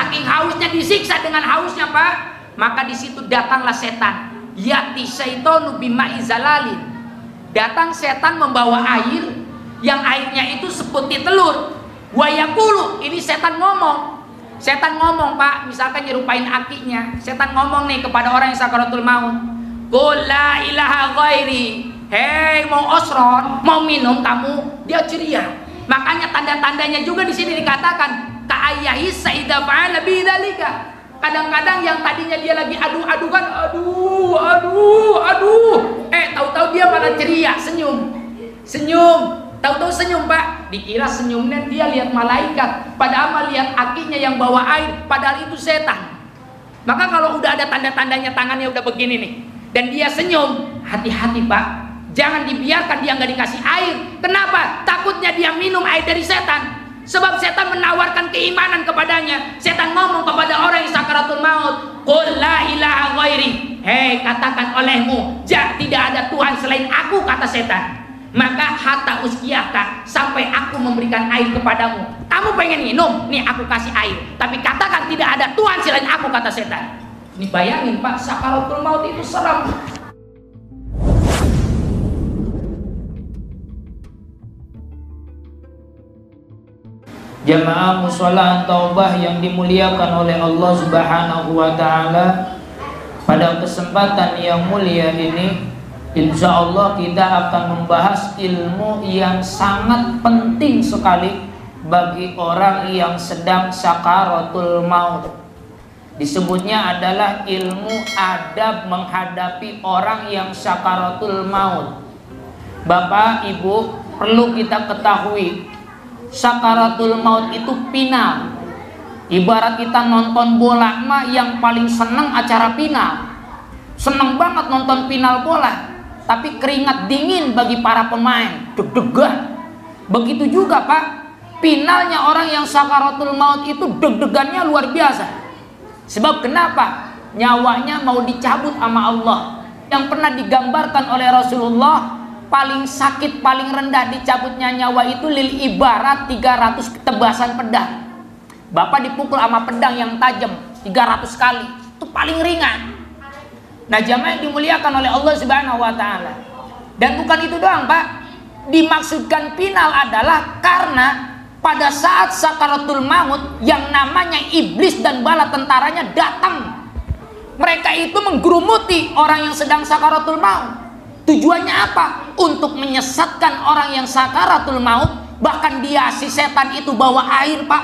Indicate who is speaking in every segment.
Speaker 1: saking hausnya disiksa dengan hausnya Pak, maka di situ datanglah setan. Yati syaitonu bima'i zalalin. Datang setan membawa air yang airnya itu seperti telur. Wa yaqulu, ini setan ngomong. Setan ngomong Pak, misalkan nyerupain akinya. Setan ngomong nih kepada orang yang sakaratul maut. Qul la ilaha ghairi. Hei, mau osron, mau minum kamu, dia ceria. Makanya tanda-tandanya juga di sini dikatakan ka'ayyahi sa'idza fa'ala bidzalika. Kadang-kadang yang tadinya dia lagi adu-adukan, aduh, tahu-tahu dia malah ceria, senyum. Tahu-tahu senyum Pak, dikira senyumnya dia lihat malaikat, padahal lihat akinya yang bawa air, padahal itu setan. Maka kalau udah ada tanda-tandanya tangannya udah begini nih, dan dia senyum, hati-hati Pak, jangan dibiarkan dia nggak dikasih air. Kenapa? Takutnya dia minum air dari setan. Sebab setan menawarkan keimanan kepadanya. Setan ngomong kepada orang yang sakaratul maut, qul la ilaha ghairi. Hei, katakan olehmu, tidak ada Tuhan selain aku, kata setan. Maka hatta uskiyaka, sampai aku memberikan air kepadamu. Kamu pengen minum? Nih aku kasih air. Tapi katakan tidak ada Tuhan selain aku, kata setan. Ini bayangin Pak, sakaratul maut itu seram.
Speaker 2: Jamaah mushola taubah yang dimuliakan oleh Allah Subhanahu wa Ta'ala, pada kesempatan yang mulia ini insya Allah kita akan membahas ilmu yang sangat penting sekali bagi orang yang sedang sakaratul maut. Disebutnya adalah ilmu adab menghadapi orang yang sakaratul maut. Bapak Ibu, perlu kita ketahui, sakaratul maut itu final. Ibarat kita nonton bola mah yang paling seneng acara final. Seneng banget nonton final bola, tapi keringat dingin bagi para pemain, deg-degan. Begitu juga Pak, finalnya orang yang sakaratul maut itu deg-degannya luar biasa. Sebab kenapa? Nyawanya mau dicabut sama Allah. Yang pernah digambarkan oleh Rasulullah, paling sakit, paling rendah dicabutnya nyawa itu lil ibarat 300 tebasan pedang. Bapak dipukul sama pedang yang tajam 300 kali, itu paling ringan. Nah, jamaah yang dimuliakan oleh Allah Subhanahu wa Ta'ala. Dan bukan itu doang Pak, dimaksudkan final adalah karena pada saat sakaratul maut yang namanya iblis dan bala tentaranya datang. Mereka itu menggerumuti orang yang sedang sakaratul maut. Tujuannya apa? Untuk menyesatkan orang yang sakaratul maut. Bahkan dia, si setan itu bawa air Pak,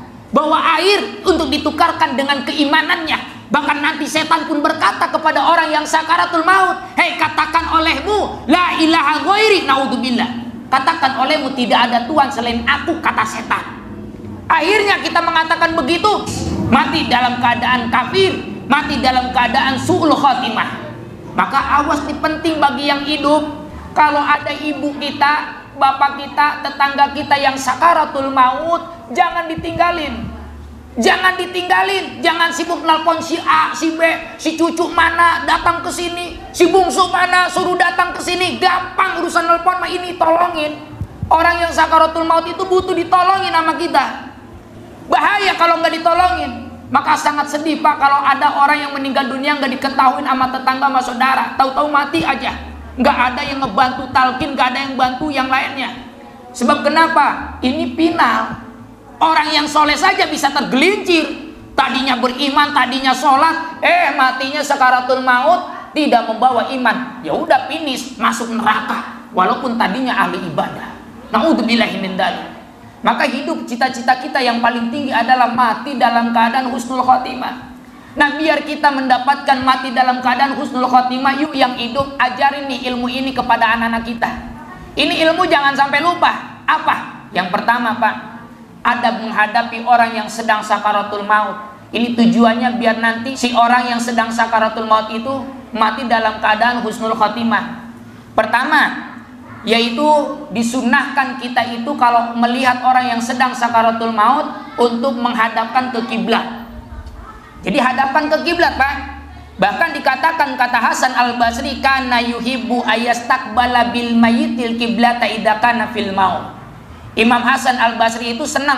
Speaker 2: bawa air untuk ditukarkan dengan keimanannya. Bahkan nanti setan pun berkata kepada orang yang sakaratul maut, hei, katakan olehmu la ilaha ghairi, naudzubillah, katakan olehmu tidak ada Tuhan selain aku, kata setan. Akhirnya kita mengatakan begitu, mati dalam keadaan kafir, mati dalam keadaan su'ul khotimah. Maka awas nih, penting bagi yang hidup, kalau ada ibu kita, bapak kita, tetangga kita yang sakaratul maut, jangan ditinggalin. Jangan ditinggalin, jangan sibuk nelpon si A, si B, si cucu mana datang ke sini, si bungsu mana suruh datang ke sini. Gampang urusan nelpon mah, ini tolongin. Orang yang sakaratul maut itu butuh ditolongin sama kita. Bahaya kalau nggak ditolongin. Maka sangat sedih Pak kalau ada orang yang meninggal dunia nggak diketahui sama tetangga sama saudara, tahu-tahu mati aja, nggak ada yang ngebantu talkin, nggak ada yang bantu yang lainnya. Sebab kenapa? Ini final. Orang yang soleh saja bisa tergelincir. Tadinya beriman, tadinya sholat, matinya sakaratul maut tidak membawa iman. Ya udah finish, masuk neraka. Walaupun tadinya ahli ibadah. Naudzubillahi min dzalik. Maka hidup cita-cita kita yang paling tinggi adalah mati dalam keadaan husnul khotimah. Nah, biar kita mendapatkan mati dalam keadaan husnul khotimah, yuk yang hidup ajarin nih ilmu ini kepada anak-anak kita. Ini ilmu jangan sampai lupa. Apa? Yang pertama Pak, adab menghadapi orang yang sedang sakaratul maut. Ini tujuannya biar nanti si orang yang sedang sakaratul maut itu mati dalam keadaan husnul khotimah. Pertama, yaitu disunnahkan kita itu kalau melihat orang yang sedang sakaratul maut untuk menghadapkan ke kiblat. Jadi hadapan ke kiblat Pak. Bahkan dikatakan, kata Hasan Al-Basri, kana yuhibbu ayastaqbala bil mayyitil kiblata idza kana fil maut. Imam Hasan Al-Basri itu senang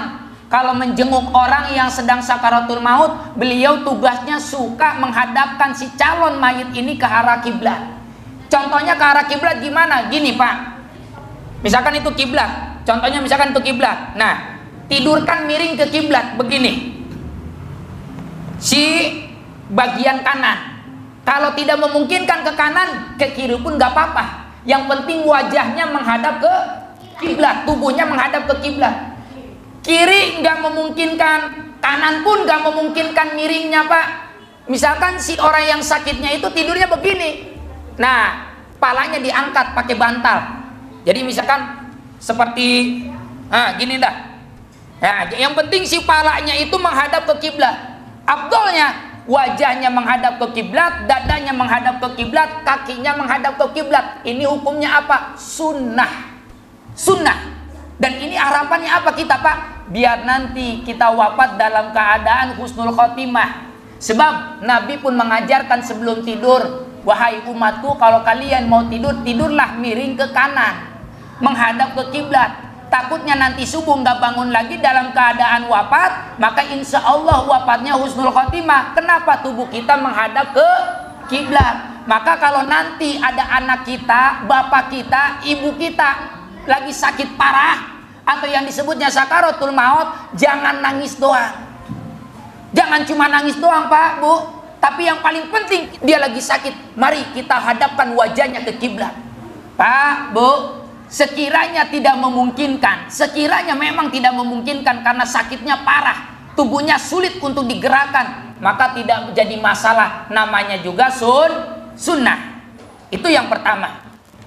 Speaker 1: kalau menjenguk orang yang sedang sakaratul maut, beliau tugasnya suka menghadapkan si calon mayit ini ke arah kiblat. Contohnya ke arah kiblat gimana? Gini Pak, misalkan itu kiblat, contohnya misalkan itu kiblat. Nah, tidurkan miring ke kiblat begini, si bagian kanan. Kalau tidak memungkinkan ke kanan, ke kiri pun nggak apa-apa. Yang penting wajahnya menghadap ke kiblat, tubuhnya menghadap ke kiblat. Kiri nggak memungkinkan, kanan pun nggak memungkinkan miringnya Pak. Misalkan si orang yang sakitnya itu tidurnya begini, nah palanya diangkat pakai bantal. Jadi misalkan seperti gini dah. Nah, yang penting si palanya itu menghadap ke kiblat. Afdolnya wajahnya menghadap ke kiblat, dadanya menghadap ke kiblat, kakinya menghadap ke kiblat. Ini hukumnya apa? Sunnah. Sunnah. Dan ini harapannya apa kita Pak? Biar nanti kita wafat dalam keadaan husnul khotimah. Sebab Nabi pun mengajarkan sebelum tidur, wahai umatku, kalau kalian mau tidur, tidurlah miring ke kanan, menghadap ke kiblat. Takutnya nanti subuh nggak bangun lagi dalam keadaan wafat, maka insya Allah wafatnya husnul khotimah. Kenapa? Tubuh kita menghadap ke kiblat. Maka kalau nanti ada anak kita, bapak kita, ibu kita lagi sakit parah atau yang disebutnya sakaratul maut, jangan nangis doang. Jangan cuma nangis doang Pak, Bu, tapi yang paling penting dia lagi sakit, mari kita hadapkan wajahnya ke kiblat. Pak, Bu, sekiranya tidak memungkinkan, sekiranya memang tidak memungkinkan karena sakitnya parah, tubuhnya sulit untuk digerakkan, maka tidak menjadi masalah, namanya juga sunnah. Itu yang pertama.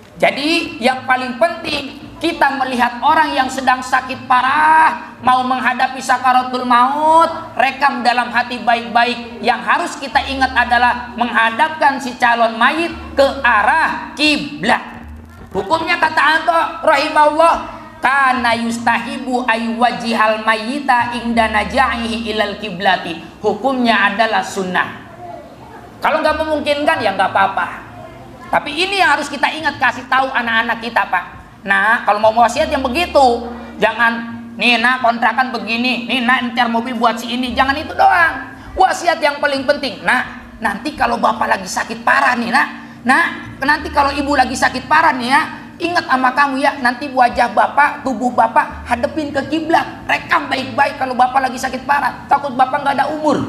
Speaker 1: Jadi yang paling penting, kita melihat orang yang sedang sakit parah, mau menghadapi sakaratul maut, rekam dalam hati baik-baik. Yang harus kita ingat adalah menghadapkan si calon mayit ke arah kiblat. Hukumnya kata anto rahimahullah, kana yustahibu aywajihal mayyita inda naja'ihi ilal kiblati. Hukumnya adalah sunnah. Kalau nggak memungkinkan ya nggak apa-apa. Tapi ini yang harus kita ingat, kasih tahu anak-anak kita Pak. Nah, kalau mau wasiat yang begitu, jangan nih nak kontrakan begini, nih nak ntar mobil buat si ini, jangan itu doang. Wasiat yang paling penting, nah nanti kalau bapak lagi sakit parah nih nak, nah nanti kalau ibu lagi sakit parah nih ya, ingat sama kamu ya, nanti wajah bapak, tubuh bapak hadepin ke kiblat, rekam baik-baik kalau bapak lagi sakit parah, takut bapak nggak ada umur.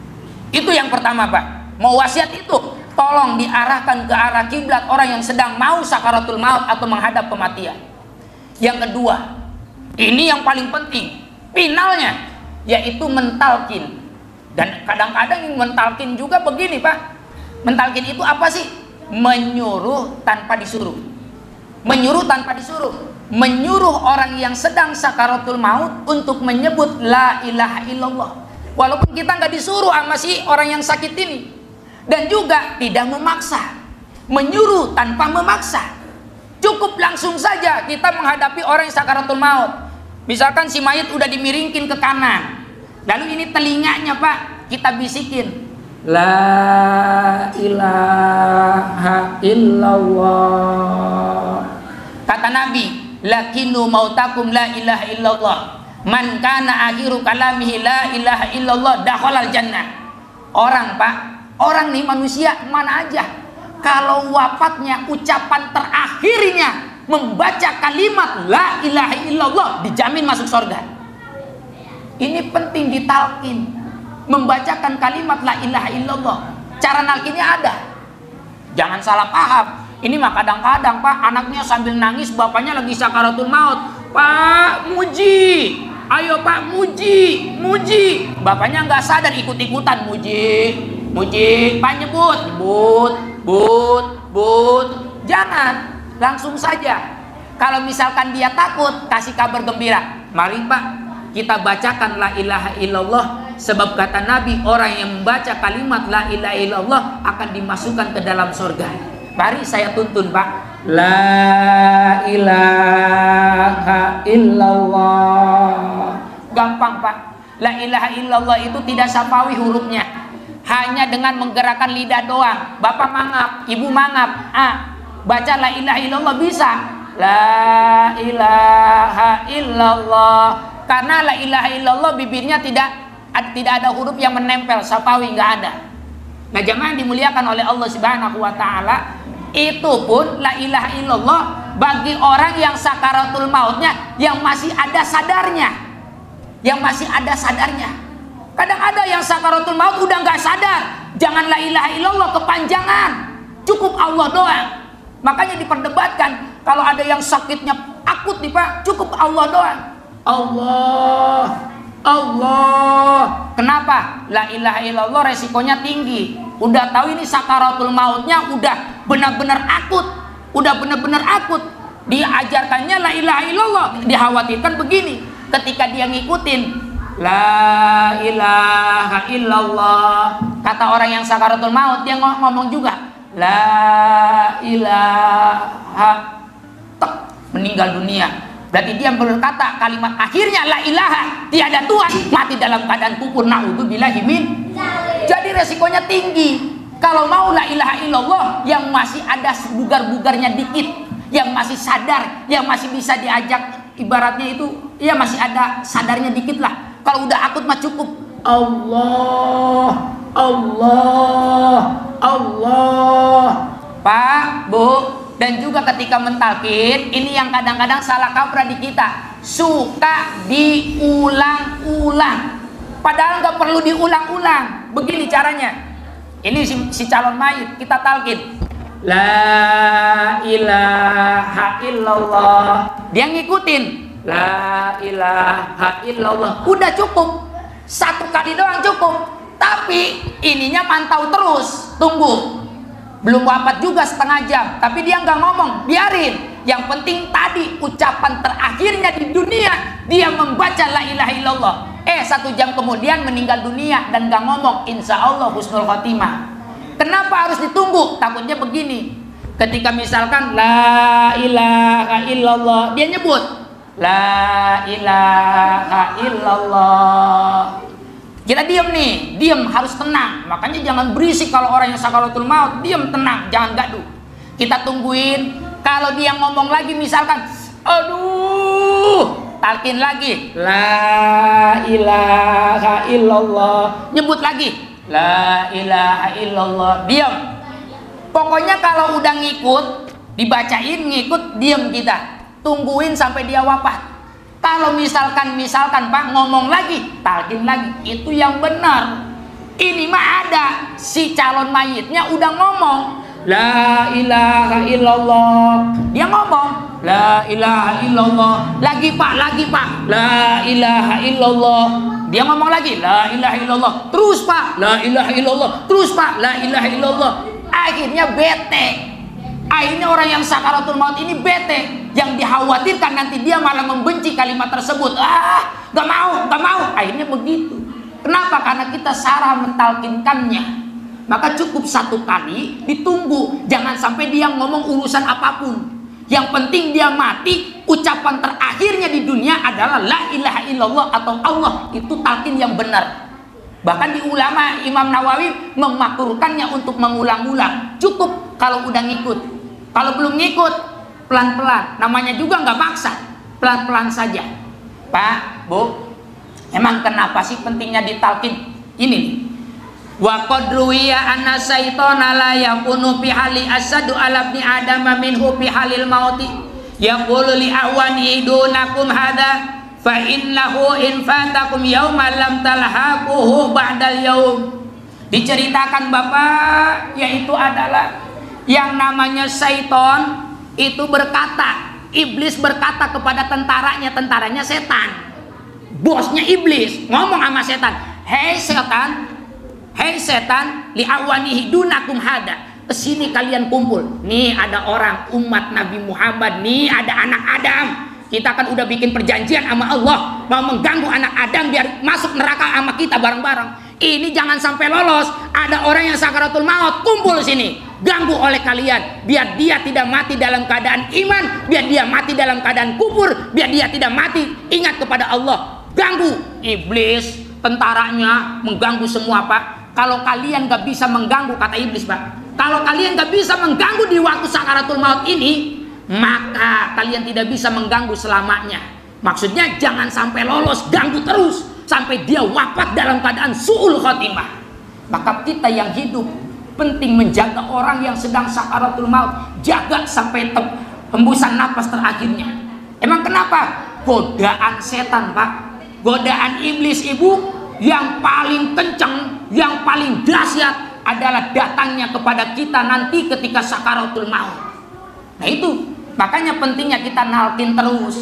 Speaker 1: Itu yang pertama Pak. Mau wasiat itu, tolong diarahkan ke arah kiblat orang yang sedang mau sakaratul maut atau menghadap kematian. Yang kedua, ini yang paling penting, finalnya, yaitu mentalkin. Dan kadang-kadang yang mentalkin juga begini Pak. Mentalkin itu apa sih? Menyuruh tanpa disuruh. Menyuruh tanpa disuruh. Menyuruh orang yang sedang sakaratul maut untuk menyebut la ilaha illallah. Walaupun kita nggak disuruh sama si orang yang sakit ini. Dan juga tidak memaksa, menyuruh tanpa memaksa. Cukup langsung saja kita menghadapi orang yang sakaratul maut. Misalkan si mayit udah dimiringkin ke kanan, lalu ini telinganya Pak, kita bisikin la ilaha illallah. Kata Nabi, lakinu mautakum la ilaha illallah, man kana akhiru kalamihi la ilaha illallah dakhalal jannah. Orang Pak, orang nih manusia mana aja, kalau wafatnya ucapan terakhirnya membaca kalimat la ilaha illallah, dijamin masuk surga. Ini penting ditalkin, membacakan kalimat la ilaha illallah. Cara nalkinnya ada, jangan salah paham. Ini mah kadang-kadang Pak, anaknya sambil nangis, bapaknya lagi sakaratul maut, Pak muji, ayo Pak muji, muji. Bapaknya nggak sadar, ikut-ikutan muji, muji, Pak nyebut, but. Jangan, langsung saja. Kalau misalkan dia takut, kasih kabar gembira. Mari Pak, kita bacakan la ilaha illallah. Sebab kata Nabi, orang yang membaca kalimat la ilaha illallah akan dimasukkan ke dalam surga. Mari saya tuntun Pak. La ilaha illallah. Gampang Pak. La ilaha illallah itu tidak sapawi hurufnya. Hanya dengan menggerakkan lidah doang. Bapak mangap, ibu mangap, baca la ilaha illallah bisa. La ilaha illallah. Karena la ilaha illallah bibirnya tidak ada huruf yang menempel, sapawi nggak ada. Nah, jamaah yang dimuliakan oleh Allah Subhanahu wa taala, itu pun la ilaha illallah bagi orang yang sakaratul mautnya yang masih ada sadarnya. Yang masih ada sadarnya. Kadang ada yang sakaratul maut udah nggak sadar. Jangan la ilaha illallah kepanjangan. Cukup Allah doang. Makanya diperdebatkan kalau ada yang sakitnya akut nih Pak, cukup Allah doang. Allah. Kenapa? La ilaha illallah resikonya tinggi. Udah tahu ini sakaratul mautnya udah benar-benar akut. Diajarkannya la ilaha illallah, dikhawatirkan begini. Ketika dia ngikutin la ilaha illallah, kata orang yang sakaratul maut, dia ngomong juga la ilaha, meninggal dunia. Berarti dia berkata kalimat akhirnya la ilaha, tiada Tuhan, mati dalam keadaan kufur, naudzubillahi min. Jadi resikonya tinggi. Kalau mau la ilaha illallah yang masih ada bugar-bugarnya dikit, yang masih sadar, yang masih bisa diajak, ibaratnya itu ya masih ada sadarnya dikit lah. Kalau udah akut mah cukup Allah. Pak, Bu, dan juga ketika mentalkin, ini yang kadang-kadang salah kaprah di kita, suka diulang-ulang. Padahal nggak perlu diulang-ulang. Begini caranya. Ini si calon mayit kita talkin. La ilaha illallah. Dia ngikutin. La ilaha illallah. Udah cukup. Satu kali doang cukup. Tapi ininya pantau terus. Tunggu. Belum wafat juga setengah jam. Tapi dia nggak ngomong. Biarin. Yang penting tadi ucapan terakhirnya di dunia, dia membaca la ilaha illallah. 1 jam kemudian meninggal dunia dan nggak ngomong. Insya Allah husnul khotimah. Kenapa harus ditunggu? Takutnya begini. Ketika misalkan la ilaha illallah, dia nyebut la ilaha illallah. Kita diam nih, diam, harus tenang. Makanya jangan berisik kalau orang yang sakaratul maut. Diam, tenang, jangan gaduh. Kita tungguin. Kalau dia ngomong lagi misalkan, aduh, talkin lagi la ilaha illallah, nyebut lagi la ilaha illallah, diam. Pokoknya kalau udah ngikut, dibacain ngikut, diam kita. Tungguin sampai dia wafat. Kalau misalkan Pak ngomong lagi, talkin lagi, itu yang benar. Ini mah ada si calon mayitnya udah ngomong la ilaha illallah, dia ngomong la ilaha illallah, lagi pak, la ilaha illallah, dia ngomong lagi la ilaha illallah, terus pak, la ilaha illallah, terus pak, la ilaha illallah. Akhirnya bete. Akhirnya orang yang sakaratul maut ini bete. Yang dikhawatirkan nanti dia malah membenci kalimat tersebut. Gak mau. Akhirnya begitu. Kenapa? Karena kita salah mentalkinkannya. Maka cukup 1 kali ditunggu. Jangan sampai dia ngomong urusan apapun. Yang penting dia mati, ucapan terakhirnya di dunia adalah la ilaha illallah atau Allah. Itu talqin yang benar. Bahkan di ulama Imam Nawawi memakruhkannya untuk mengulang-ulang. Cukup kalau udah ngikut. Kalau belum ngikut, pelan-pelan. Namanya juga nggak maksa, pelan-pelan saja. Pak, Bu, emang kenapa sih pentingnya ditalqin? Ini wa qad ruwiya anna syaitana la yakunu fi hali asadu ala ibni adama minhu fi halil mauti yaqulu li awani dunakum hada fa innahu in fatakum yawma lam talhaquhu ba'dal yaum. Diceritakan Bapak, yaitu adalah yang namanya syaiton itu berkata, iblis berkata kepada tentaranya setan, bosnya iblis ngomong sama setan, hei setan, li'awanihi dunakum hada, kesini kalian kumpul, nih ada orang umat Nabi Muhammad, nih ada anak Adam, kita kan udah bikin perjanjian sama Allah mau mengganggu anak Adam biar masuk neraka sama kita bareng-bareng. Ini jangan sampai lolos. Ada orang yang sakaratul maut kumpul sini, ganggu oleh kalian biar dia tidak mati dalam keadaan iman, biar dia mati dalam keadaan kufur, biar dia tidak mati ingat kepada Allah. Ganggu. Iblis tentaranya mengganggu semua Pak. Kalau kalian gak bisa mengganggu, kata iblis Pak, kalau kalian gak bisa mengganggu di waktu sakaratul maut ini, maka kalian tidak bisa mengganggu selamanya. Maksudnya jangan sampai lolos, ganggu terus sampai dia wafat dalam keadaan su'ul khotimah. Maka kita yang hidup penting menjaga orang yang sedang sakaratul maut, jaga sampai hembusan napas terakhirnya. Emang kenapa? Godaan setan, Pak, godaan iblis, Ibu, yang paling kencang, yang paling dahsyat adalah datangnya kepada kita nanti ketika sakaratul maut. Nah itu makanya pentingnya kita nalkin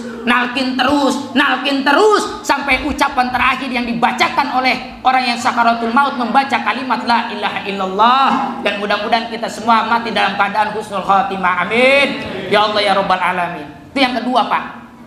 Speaker 1: terus sampai ucapan terakhir yang dibacakan oleh orang yang sakaratul maut membaca kalimat la ilaha illallah. Dan mudah-mudahan kita semua mati dalam keadaan husnul khatimah, amin ya Allah ya rabbal alamin. Itu yang kedua, Pak,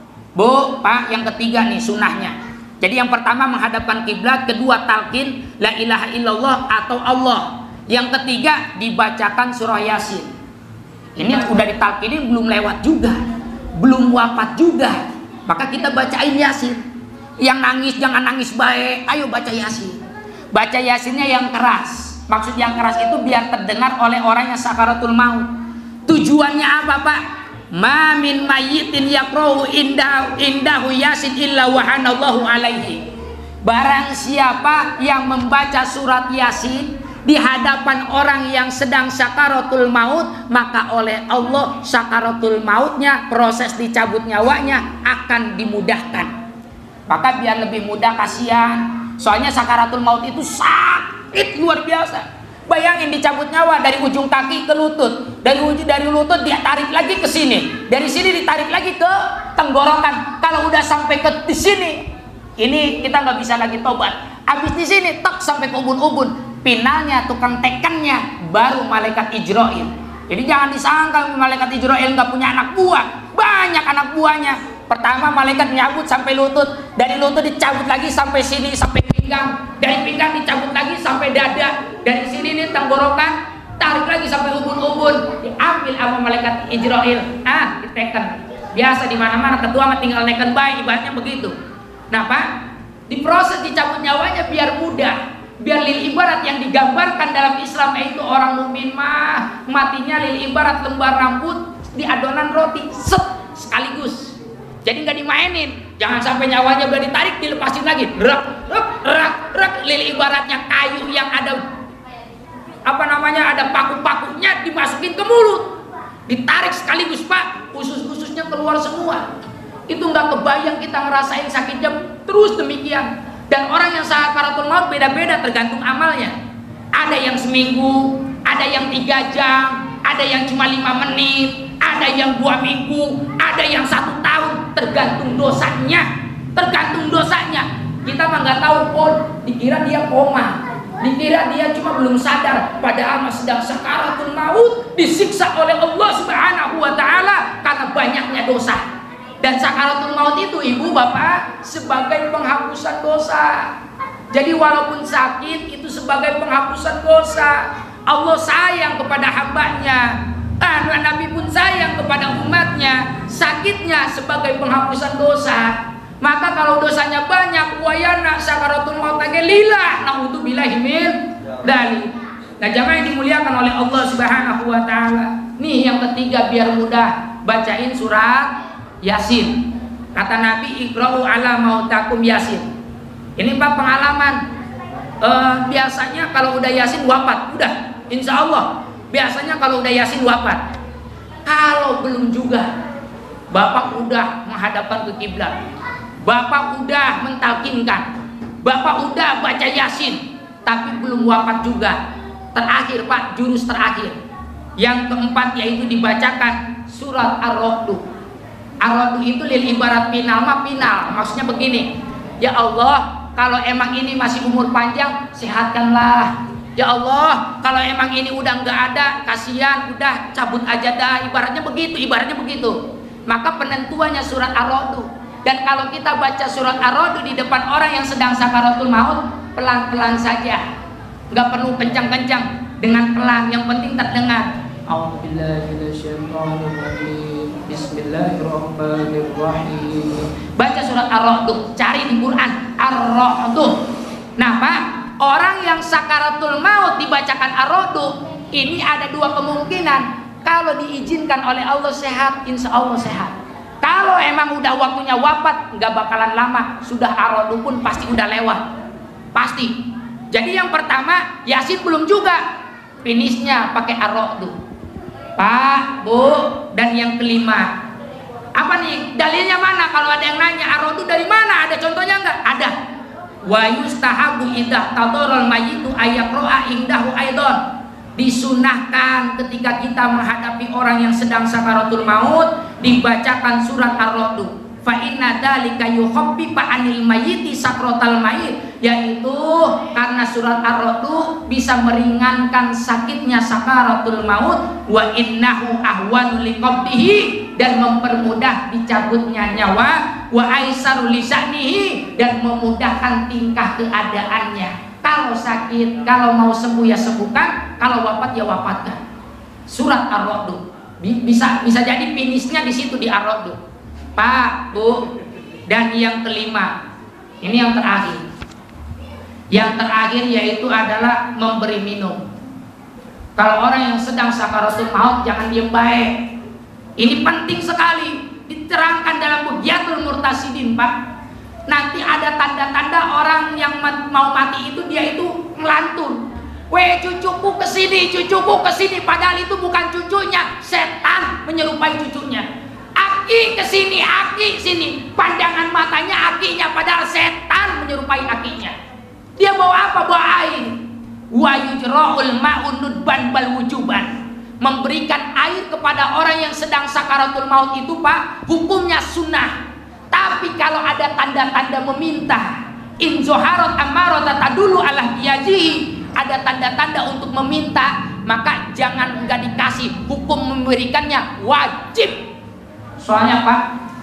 Speaker 1: Bu, Pak. Yang ketiga nih sunnahnya. Jadi yang pertama menghadapkan kiblat, kedua talqin la ilaha illallah atau Allah. Yang ketiga dibacakan surah Yasin. Ini udah ditalkinin belum lewat juga, belum wafat juga, maka kita bacain Yasin. Yang nangis jangan nangis baik, ayo baca Yasin. Baca Yasinnya yang keras. Maksud yang keras itu biar terdengar oleh orang yang sakaratul maut. Tujuannya apa, Pak? Ma min mayyitin yaqra'u indahu Yasin illa wahanallahu alaihi. Barang siapa yang membaca surat Yasin di hadapan orang yang sedang sakaratul maut, maka oleh Allah sakaratul mautnya, proses dicabut nyawanya akan dimudahkan. Maka biar lebih mudah, kasihan. Soalnya sakaratul maut itu sakit luar biasa. Bayangin dicabut nyawa dari ujung kaki ke lutut, dari lutut dia tarik lagi ke sini, dari sini ditarik lagi ke tenggorokan. Kalau udah sampai ke sini, ini kita nggak bisa lagi tobat. Habis di sini tek sampai ke ubun-ubun. Finalnya tukang tekannya baru malaikat Ijrail. Jadi jangan disangka malaikat Ijrail nggak punya anak buah, banyak anak buahnya. Pertama malaikat nyabut sampai lutut, dari lutut dicabut lagi sampai sini, sampai pinggang, dari pinggang dicabut lagi sampai dada, dari sini nih tenggorokan, tarik lagi sampai ubun-ubun, diambil sama malaikat Ijrail, diteken. Biasa di mana-mana ketua mah tinggal neken bayi, ibaratnya begitu. Nah, Pak, di proses dicabut nyawanya biar mudah. Biar lil ibarat yang digambarkan dalam Islam itu orang mukmin mah matinya lil ibarat lembar rambut di adonan roti sekaligus. Jadi nggak dimainin. Jangan sampai nyawanya udah ditarik dilepasin lagi. Rak lil ibaratnya kayu yang ada ada paku-pakunya dimasukin ke mulut. Ditarik sekaligus, Pak. Usus-ususnya keluar semua. Itu nggak kebayang kita ngerasain sakitnya terus demikian. Dan orang yang sakaratul maut beda-beda tergantung amalnya. Ada yang seminggu, ada yang 3 jam, ada yang cuma 5 menit, ada yang 2 minggu, ada yang 1 tahun. Tergantung dosanya. Kita mah nggak tahu, dikira dia koma, dikira dia cuma belum sadar, padahal masih sedang sakaratul maut, disiksa oleh Allah Subhanahu wa Ta'ala karena banyaknya dosa. Dan sakaratul maut itu, Ibu Bapak, sebagai penghapusan dosa. Jadi walaupun sakit itu sebagai penghapusan dosa. Allah sayang kepada hambanya, Nabi pun sayang kepada umatnya. Sakitnya sebagai penghapusan dosa. Maka kalau dosanya banyak, wayana sakaratul maut lillah, naudzubillahi min dzalik. Nah, jamaah yang dimuliakan oleh Allah Subhanahu wa Ta'ala. Nih yang ketiga biar mudah, bacain surat Yasin. Kata Nabi, iqra'u ala mautakum Yasin. Ini Pak pengalaman. Biasanya kalau udah Yasin wafat, udah insya Allah. Biasanya kalau udah Yasin wafat. Kalau belum juga, Bapak udah menghadapkan ke kiblat, Bapak udah mentalkinkan, Bapak udah baca Yasin, tapi belum wafat juga. Terakhir, Pak, jurus terakhir. Yang keempat yaitu dibacakan surat Ar-Ra'd. Ar-Ra'd itu lil ibarat final, maksudnya begini, ya Allah, kalau emang ini masih umur panjang, sehatkanlah. Ya Allah, kalau emang ini udah nggak ada, kasihan, udah cabut aja dah. Ibaratnya begitu. Maka penentuannya surat Ar-Ra'd. Dan kalau kita baca surat Ar-Ra'd di depan orang yang sedang sakaratul maut, pelan-pelan saja, nggak perlu kencang-kencang, dengan pelan, yang penting terdengar. Bismillahirrahmanirrahim. Baca surat Ar-Ra'd, cari di Quran Ar-Ra'd. Nah, Pak, orang yang sakaratul maut dibacakan Ar-Ra'd, ini ada 2 kemungkinan. Kalau diizinkan oleh Allah sehat, insya Allah sehat. Kalau emang udah waktunya wafat, nggak bakalan lama. Sudah arodu pun pasti udah lewat, pasti. Jadi yang pertama Yasin belum juga, finishnya pakai arodu, Pak, Bu. Dan yang kelima, apa nih dalilnya mana? Kalau ada yang nanya arodu dari mana, ada contohnya nggak? Ada. Wa yustahabu idah tadorol mayitu ayakroa indahu aidon. Disunahkan ketika kita menghadapi orang yang sedang sakaratul maut, dibacakan surat Ar-Ra'd. Fa inna dzalika yukhaffifu 'anil mayyiti sakratal mayyit, yaitu karena surat Ar-Ra'd bisa meringankan sakitnya sakaratul maut, wa innahu ahwanu liqabdihi, dan mempermudah dicabutnya nyawa, wa aisaru lisanihi, dan memudahkan tingkah keadaannya. Kalau sakit, kalau mau sembuh ya sembuhkan, kalau wafat ya wafatkan. Surat Ar-Ra'd bisa jadi finishnya di situ di Ar-Ra'd. Pak, Bu. Dan yang kelima, ini yang terakhir. Yang terakhir yaitu adalah memberi minum. Kalau orang yang sedang sakaratul maut jangan diem baik. Ini penting sekali diterangkan dalam Bughyatul Murtasidin, Pak. Nanti ada tanda-tanda orang yang mau mati itu dia itu melantun. Weh, cucuku kesini, cucuku kesini. Padahal itu bukan cucunya, setan menyerupai cucunya. Aki kesini, aki sini. Pandangan matanya akinya, padahal setan menyerupai akinya. Dia bawa apa? Bawa air. Wa yujra'ul ma'un nudban bal wujuban. Memberikan air kepada orang yang sedang sakaratul maut itu, Pak, hukumnya sunnah. Tapi kalau ada tanda-tanda meminta, in zoharot amarota tadulu ala biyajihi, ada tanda-tanda untuk meminta, maka jangan nggak dikasih. Hukum memberikannya wajib. Soalnya, Pak,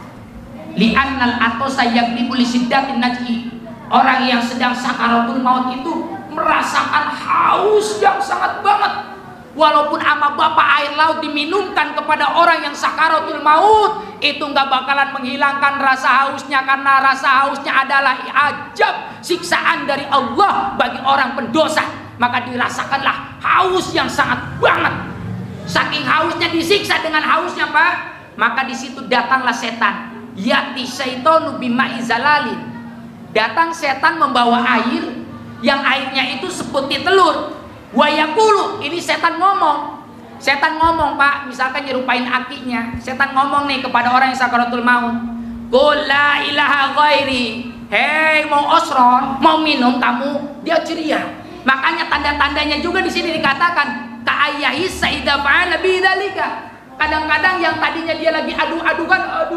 Speaker 1: li'annal atosa yaglibu li siddatin naj'i. Orang yang sedang sakaratul maut itu merasakan haus yang sangat banget. Walaupun ama bapak air laut diminumkan kepada orang yang sakaratul maut, itu nggak bakalan menghilangkan rasa hausnya, karena rasa hausnya adalah ajab, siksaan dari Allah bagi orang pendosa. Maka dirasakanlah haus yang sangat banget. Saking hausnya disiksa dengan hausnya, Pak. Maka di situ datanglah setan. Yati syaitonu bima'i zalalin. Datang setan membawa air, yang airnya itu seperti telur. Wayakulu, ini setan ngomong. Setan ngomong, Pak, misalkan nyerupain akinya. Setan ngomong nih kepada orang yang sakaratul maut. Qul la ilaha ghairi. Hei, mau osron, mau minum kamu? Dia ceria. Makanya tanda-tandanya juga di sini dikatakan ka'ayyahi sa'idza fa'ala bidzalika. Kadang-kadang yang tadinya dia lagi adu-adukan,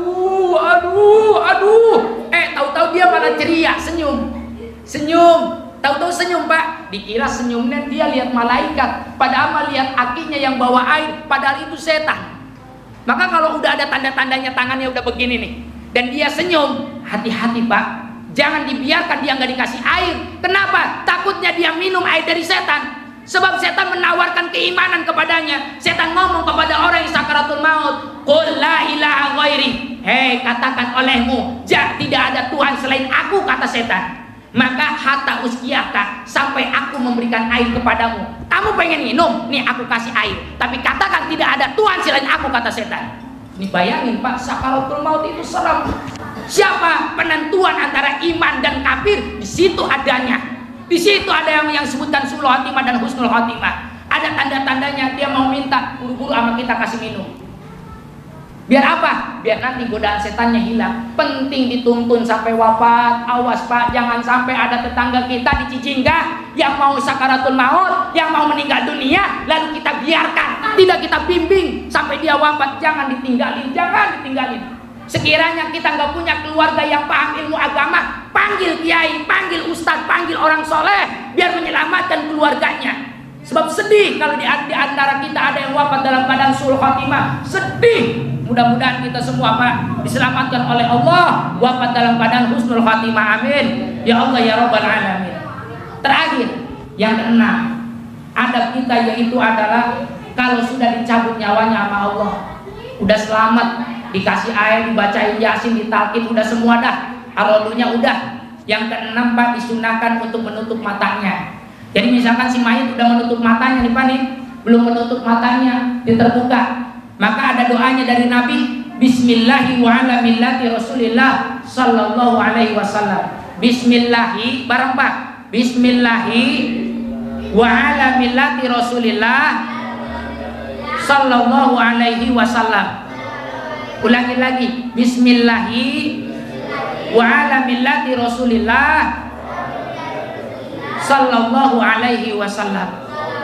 Speaker 1: aduh. Tahu-tahu dia malah ceria, senyum. Tahu-tahu senyum, Pak. Dikira senyumnya dia lihat malaikat, padahal lihat akinya yang bawa air, padahal itu setan. Maka kalau udah ada tanda-tandanya tangannya udah begini nih, dan dia senyum, hati-hati, Pak. Jangan dibiarkan dia nggak dikasih air. Kenapa? Takutnya dia minum air dari setan. Sebab setan menawarkan keimanan kepadanya. Setan ngomong kepada orang yang sakaratul maut, qul la ilaha ghairi. Hei, katakan olehmu, tidak ada Tuhan selain aku, kata setan. Maka hatta uskiaka, sampai aku memberikan air kepadamu. Kamu pengen minum? Nih aku kasih air. Tapi katakan tidak ada Tuhan selain aku, kata setan. Ini bayangin, Pak, sakaratul maut itu serem. Siapa penentuan antara iman dan kafir? Di situ adanya. Di situ ada yang sebutkan sulul khotimah dan husnul khotimah. Ada tanda-tandanya. Dia mau minta, buru-buru sama kita kasih minum. Biar apa? Biar nanti godaan setannya hilang. Penting dituntun sampai wafat. Awas, Pak, jangan sampai ada tetangga kita di Cicinga yang mau sakaratul maut, yang mau meninggal dunia, lalu kita biarkan, tidak kita bimbing sampai dia wafat. Jangan ditinggalin, jangan ditinggalin. Sekiranya kita nggak punya keluarga yang paham ilmu agama, panggil kiai, panggil ustadz, panggil orang soleh, biar menyelamatkan keluarganya. Sebab sedih kalau di antara kita ada yang wafat dalam keadaan sulh khotimah. Sedih. Mudah-mudahan kita semua, Pak, diselamatkan oleh Allah, wafat dalam keadaan husnul khotimah. Amin. Ya Allah ya Rabbal alamin. Terakhir, yang keenam, adab kita yaitu adalah kalau sudah dicabut nyawanya sama Allah, udah selamat, dikasih air, dibacain Yasin, ditalkin, udah semua dah, arolunya udah. Yang keenam, Pak, disunahkan untuk menutup matanya. Jadi misalkan si mayit udah menutup matanya nih, Pak nih, belum menutup matanya, dia terbuka. Maka ada doanya dari Nabi, Bismillahi wa ala millati Rasulillah sallallahu alaihi wasallam. Bismillahi, bareng Pak. Bismillahi wa ala millati Rasulillah sallallahu alaihi wasallam. Ulangi lagi. Bismillahi wa ala millati Rasulillah sallallahu alaihi wasallam.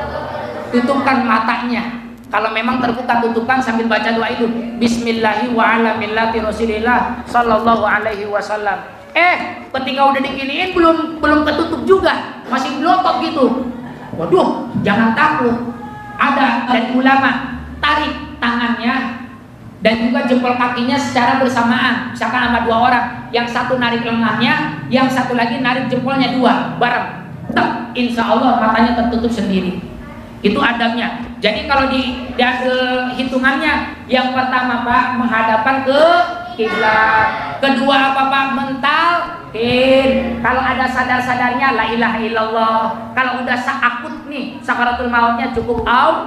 Speaker 1: Tutupkan matanya. Kalau memang terbuka, tutupkan sambil baca doa itu. Bismillahi wa ala millati Rasulillah sallallahu alaihi wasallam. Ketika udah diginiin belum ketutup juga, masih melotot gitu. Waduh, jangan takut. Ada dari ulama, tarik tangannya dan juga jempol kakinya secara bersamaan. Misalkan sama 2 orang, yang satu narik lengannya, yang satu lagi narik jempolnya 2 bareng. Insya Allah matanya tertutup sendiri. Itu adabnya. Jadi kalau diambil hitungannya, yang pertama Pak, menghadapkan ke kiblat. Kedua apa Pak? Mentalkin. Kalau ada sadar-sadarnya la ilaha illallah. Kalau udah akut nih sakaratul mautnya, cukup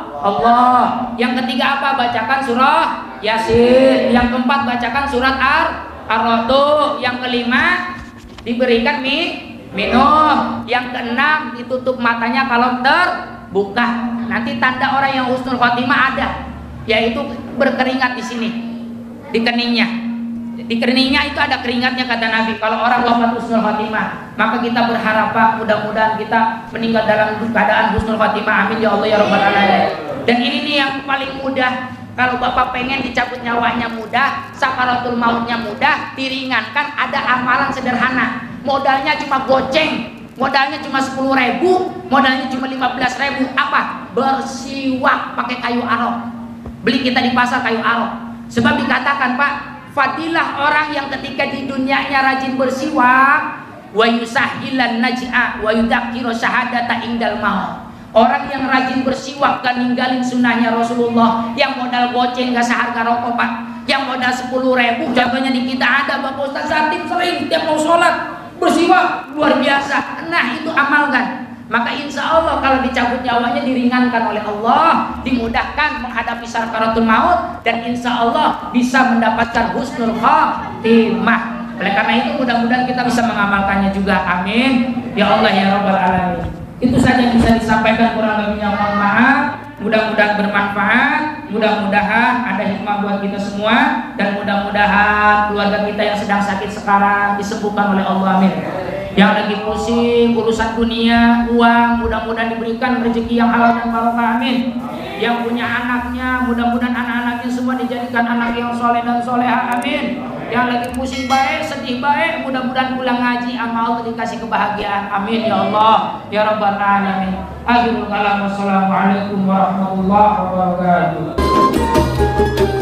Speaker 1: Allah. Yang ketiga apa? Bacakan surah Yasin. Yang keempat bacakan surat Ar-Ra'd. Yang kelima diberikan minum. Yang keenam ditutup matanya kalau terbuka. Nanti tanda orang yang husnul khotimah ada, yaitu berkeringat di sini, di keningnya. Di keningnya itu ada keringatnya kata Nabi. Kalau orang wafat husnul khotimah, maka kita berharap Pak, mudah-mudahan kita meninggal dalam keadaan husnul khotimah. Amin ya Allah ya rabbal alamin. Dan ini nih yang paling mudah. Kalau Bapak pengen dicabut nyawanya mudah, sakaratul mautnya mudah, diringankan, ada amalan sederhana. Modalnya cuma goceng. Modalnya cuma 10.000, modalnya cuma 15.000. Apa? Bersiwak pakai kayu arok. Beli kita di pasar kayu arok. Sebab dikatakan Pak, fadilah orang yang ketika di dunianya rajin bersiwak, wa yusahilan naj'a wa yudzakiru syahadata indal maut. Orang yang rajin bersiwak dan ninggalin sunnahnya Rasulullah, yang modal goceng gak seharga rokok Pak, yang modal 10.000. Contohnya di kita ada Bapak Ustaz Zatim sering tiap mau sholat bersiwak luar biasa. Nah itu amalkan. Maka insya Allah kalau dicabut nyawanya diringankan oleh Allah, dimudahkan menghadapi sakaratul maut, dan insya Allah bisa mendapatkan husnul khotimah. Oleh karena itu mudah-mudahan kita bisa mengamalkannya juga. Amin ya Allah ya rabbal alamin. Itu saja yang bisa disampaikan, kurang lebihnya mohon maaf. Mudah-mudahan bermanfaat, mudah-mudahan ada hikmah buat kita semua, dan mudah-mudahan keluarga kita yang sedang sakit sekarang disembuhkan oleh Allah. Amin. Yang lagi pusing urusan dunia, uang, mudah-mudahan diberikan rezeki yang halal dan barokah. Amin. Yang punya anaknya, mudah-mudahan anak-anaknya semua dijadikan anak yang soleh dan soleha. Amin. Yang lagi pusing baik, sedih baik, mudah-mudahan pulang ngaji amal Allah dikasih kebahagiaan. Amin ya Allah ya rabbal alamin. Akhirul kalam, wassalamualaikum warahmatullahi wabarakatuh.